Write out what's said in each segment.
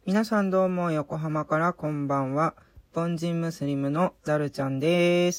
皆さんどうも横浜からこんばんは。凡人ムスリムのザルちゃんです。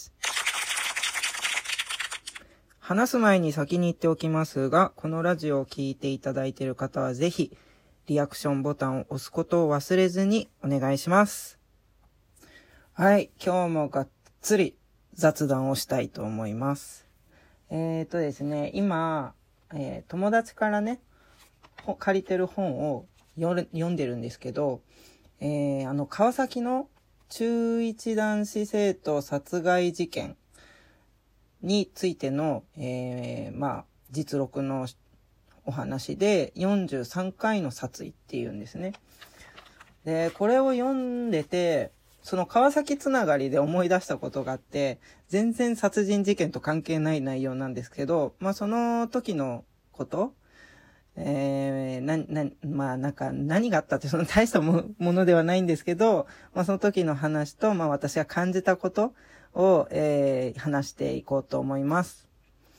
話す前に先に言っておきますが、このラジオを聞いていただいている方はぜひリアクションボタンを押すことを忘れずにお願いします。はい、今日もがっつり雑談をしたいと思います。ですね、今、友達からね、借りてる本を読んでるんですけど、川崎の中一男子生徒殺害事件についての、実録のお話で43回の殺意っていうんですね。で、これを読んでて、その川崎つながりで思い出したことがあって、全然殺人事件と関係ない内容なんですけど、その時のこと、何があったってその大したものではないんですけど、その時の話と、私が感じたことを、話していこうと思います。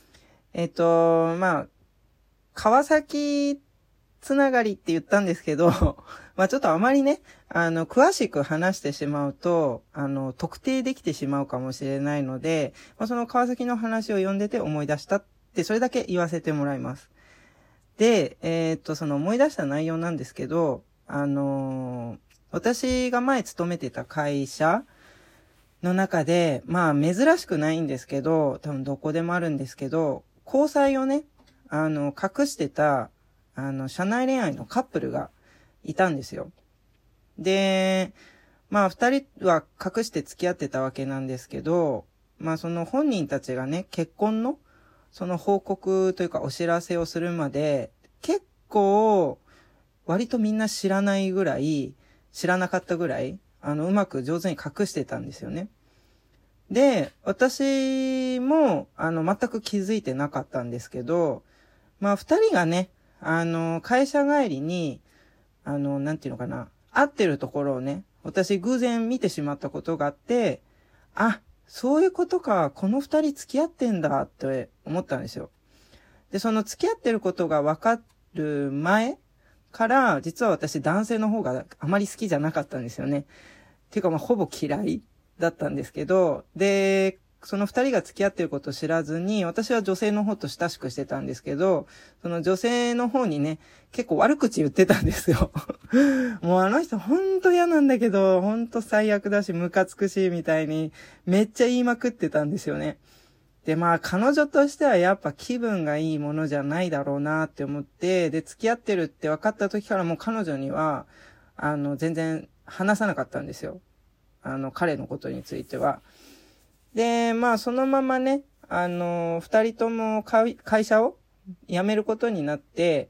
川崎つながりって言ったんですけど、ちょっとあまりね、詳しく話してしまうと、特定できてしまうかもしれないので、その川崎の話を読んでて思い出したって、それだけ言わせてもらいます。で、その思い出した内容なんですけど、私が前勤めてた会社の中で、珍しくないんですけど、多分どこでもあるんですけど、交際をね、隠してた、社内恋愛のカップルがいたんですよ。で、二人は隠して付き合ってたわけなんですけど、その本人たちがね、結婚のその報告というかお知らせをするまで、結構、割とみんな知らなかったぐらい、うまく上手に隠してたんですよね。で、私も、全く気づいてなかったんですけど、二人がね、会社帰りに、会ってるところをね、私偶然見てしまったことがあって、あ、そういうことか、この二人付き合ってんだって思ったんですよ。で、その付き合ってることが分かる前から、実は私男性の方があまり好きじゃなかったんですよね。っていうかほぼ嫌いだったんですけど、で、その二人が付き合ってることを知らずに、私は女性の方と親しくしてたんですけど、その女性の方にね、結構悪口言ってたんですよ。もうあの人ほんと嫌なんだけど、ほんと最悪だし、ムカつくし、みたいに、めっちゃ言いまくってたんですよね。で、彼女としてはやっぱ気分がいいものじゃないだろうなって思って、で、付き合ってるって分かった時からもう彼女には、全然話さなかったんですよ。彼のことについては。で、そのままね、二人とも会社を辞めることになって、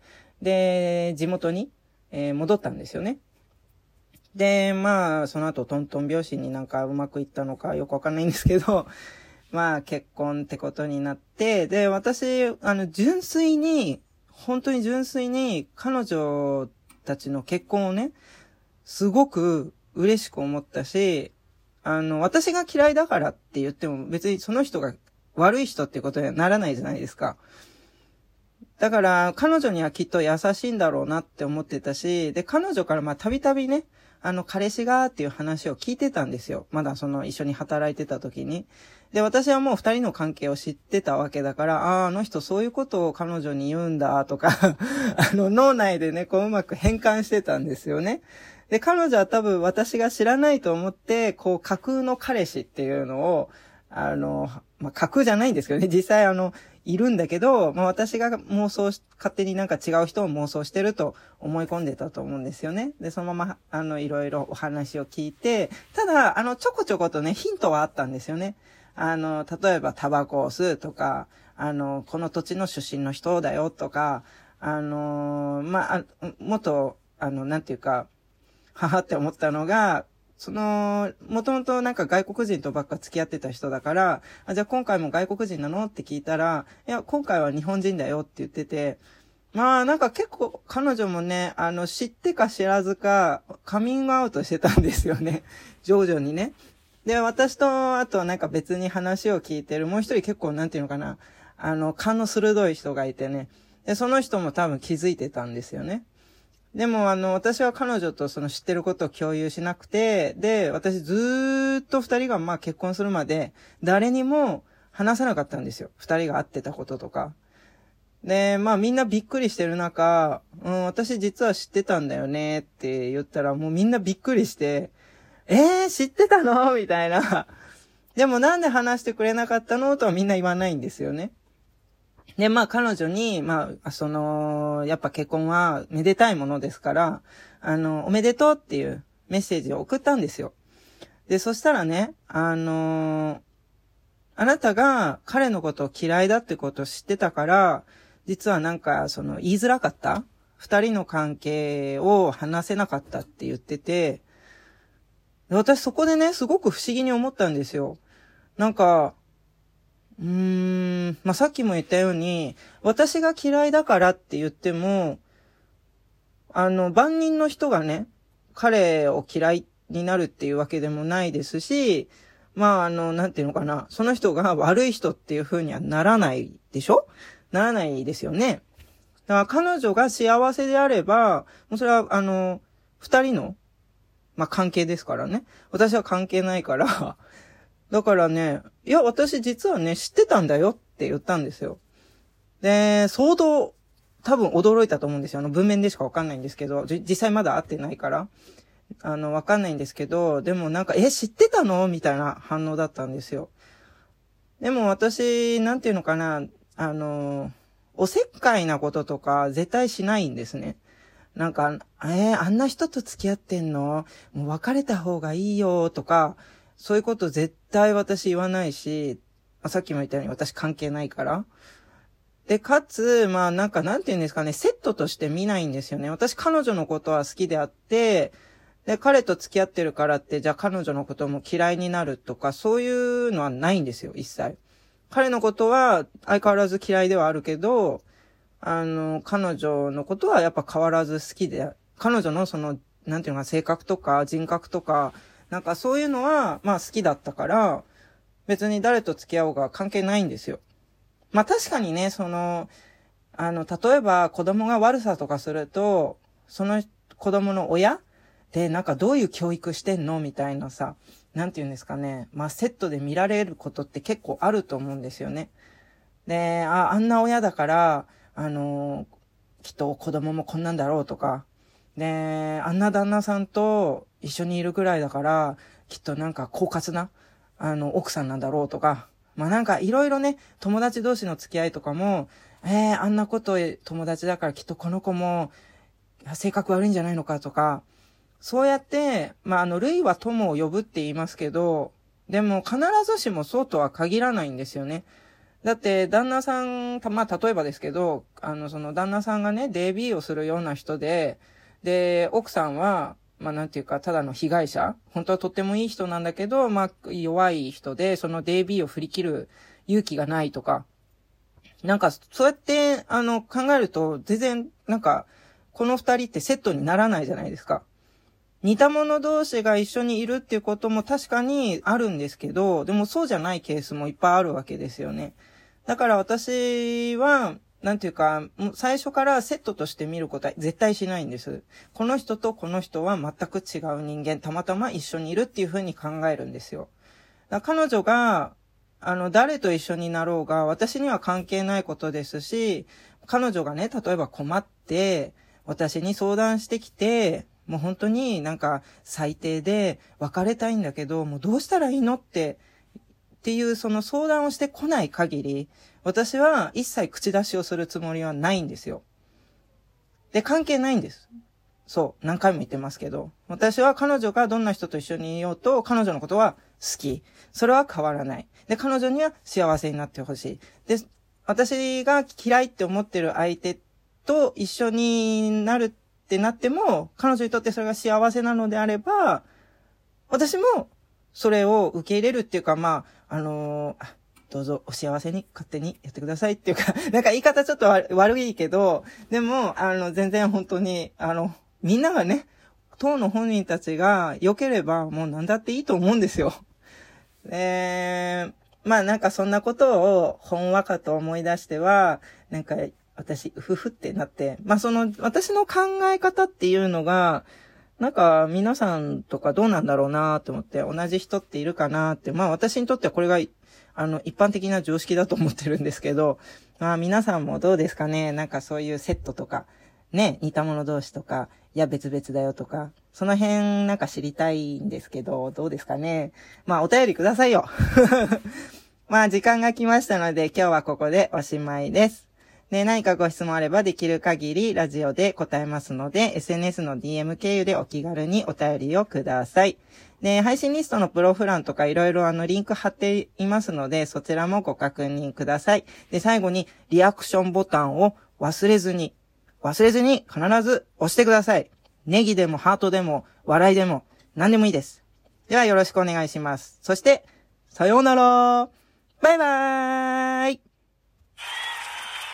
で、地元に、戻ったんですよね。で、その後トントン拍子になんかうまくいったのかよくわかんないんですけど、結婚ってことになって、で、私、本当に純粋に彼女たちの結婚をね、すごく嬉しく思ったし、私が嫌いだからって言っても別にその人が悪い人っていうことにはならないじゃないですか。だから、彼女にはきっと優しいんだろうなって思ってたし、で、彼女からたびたびね、彼氏がっていう話を聞いてたんですよ。まだ一緒に働いてた時に。で、私はもう二人の関係を知ってたわけだから、あの人そういうことを彼女に言うんだとか、脳内でね、うまく変換してたんですよね。で、彼女は多分私が知らないと思って、架空の彼氏っていうのを、架空じゃないんですけどね、実際いるんだけど、私が勝手になんか違う人を妄想してると思い込んでたと思うんですよね。で、そのまま、いろいろお話を聞いて、ただ、ちょこちょことね、ヒントはあったんですよね。例えばタバコを吸うとか、この土地の出身の人だよとか、もっと、なんていうか、はって思ったのが、もともとなんか外国人とばっか付き合ってた人だから、じゃあ今回も外国人なのって聞いたら、いや、今回は日本人だよって言ってて、なんか結構彼女もね、知ってか知らずか、カミングアウトしてたんですよね。徐々にね。で、私と、あとなんか別に話を聞いてる、もう一人結構なんていうのかな、勘の鋭い人がいてね。で、その人も多分気づいてたんですよね。 でも私は彼女とその知ってることを共有しなくて、で、私ずーっと二人がまあ結婚するまで誰にも話さなかったんですよ。二人が会ってたこととか。で、まあみんなびっくりしてる中、私実は知ってたんだよねって言ったらもうみんなびっくりして、知ってたのみたいな。でもなんで話してくれなかったのとはみんな言わないんですよね。で、まあ彼女に、まあ、やっぱ結婚はめでたいものですから、おめでとうっていうメッセージを送ったんですよ。で、そしたらね、あなたが彼のことを嫌いだってことを知ってたから、実はなんか、言いづらかった？二人の関係を話せなかったって言ってて、私そこでね、すごく不思議に思ったんですよ。なんか、まあ、さっきも言ったように、私が嫌いだからって言っても、万人の人がね、彼を嫌いになるっていうわけでもないですし、まあ、なんていうのかな、その人が悪い人っていう風にはならないでしょ？ならないですよね。だから彼女が幸せであれば、もうそれは、二人の、まあ、関係ですからね。私は関係ないから、だからね、いや、私実はね、知ってたんだよって言ったんですよ。で、相当、多分驚いたと思うんですよ。文面でしかわかんないんですけど、実際まだ会ってないから、わかんないんですけど、でもなんか、知ってたのみたいな反応だったんですよ。でも私、なんていうのかな、おせっかいなこととか絶対しないんですね。なんか、あんな人と付き合ってんの？もう別れた方がいいよとか、そういうこと絶対私言わないし、さっきも言ったように私関係ないから。で、かつ、まあなんかなんて言うんですかね、セットとして見ないんですよね。私彼女のことは好きであって、で、彼と付き合ってるからって、じゃあ彼女のことも嫌いになるとか、そういうのはないんですよ、一切。彼のことは相変わらず嫌いではあるけど、彼女のことはやっぱ変わらず好きで、彼女のなんていうのか、性格とか人格とか、なんかそういうのは、まあ好きだったから、別に誰と付き合おうが関係ないんですよ。まあ確かにね、例えば子供が悪さとかすると、その子供の親で、なんかどういう教育してんのみたいなさ、なんていうんですかね。まあセットで見られることって結構あると思うんですよね。で、あんな親だから、きっと子供もこんなんだろうとか、で、あんな旦那さんと一緒にいるくらいだから、きっとなんか狡猾な、奥さんなんだろうとか、まあなんかいろいろね、友達同士の付き合いとかも、あんなこと友達だからきっとこの子も性格悪いんじゃないのかとか、そうやって、まあ類は友を呼ぶって言いますけど、でも必ずしもそうとは限らないんですよね。だって、旦那さん、まあ、例えばですけど、その旦那さんがね、DB をするような人で、で、奥さんは、まあ、なんていうか、ただの被害者本当はとってもいい人なんだけど、まあ、弱い人で、その DB を振り切る勇気がないとか。なんか、そうやって、考えると、全然、なんか、この二人ってセットにならないじゃないですか。似た者同士が一緒にいるっていうことも確かにあるんですけど、でもそうじゃないケースもいっぱいあるわけですよね。だから私は、なんていうか、最初からセットとして見ることは絶対しないんです。この人とこの人は全く違う人間、たまたま一緒にいるっていうふうに考えるんですよ。彼女が、誰と一緒になろうが、私には関係ないことですし、彼女がね、例えば困って、私に相談してきて、もう本当になんか最低で別れたいんだけど、もうどうしたらいいのっていうその相談をしてこない限り、私は一切口出しをするつもりはないんですよ。で、関係ないんです。そう、何回も言ってますけど。私は彼女がどんな人と一緒にいようと、彼女のことは好き。それは変わらない。で、彼女には幸せになってほしい。で、私が嫌いって思ってる相手と一緒になるってなっても、彼女にとってそれが幸せなのであれば、私もそれを受け入れるっていうか、まあ、どうぞお幸せに勝手にやってくださいっていうか、なんか言い方ちょっと悪いけど、でも、全然本当に、みんながね、当の本人たちが良ければもう何だっていいと思うんですよ。まあなんかそんなことをほんわかと思い出しては、なんか、 私、ふふってなって、まあ私の考え方っていうのが、なんか、皆さんとかどうなんだろうなと思って、同じ人っているかなって、まあ私にとってはこれが、一般的な常識だと思ってるんですけど、まあ皆さんもどうですかね、なんかそういうセットとか、ね、似た者同士とか、いや別々だよとか、その辺なんか知りたいんですけど、どうですかね。まあお便りくださいよ。まあ時間が来ましたので今日はここでおしまいです。で、何かご質問あればできる限りラジオで答えますので、SNS の DM 経由でお気軽にお便りをください。で、配信リストのプロフ欄とかいろいろリンク貼っていますので、そちらもご確認ください。で、最後にリアクションボタンを忘れずに必ず押してください。ネギでもハートでも笑いでも何でもいいです。ではよろしくお願いします。そして、さようなら。バイバーイ。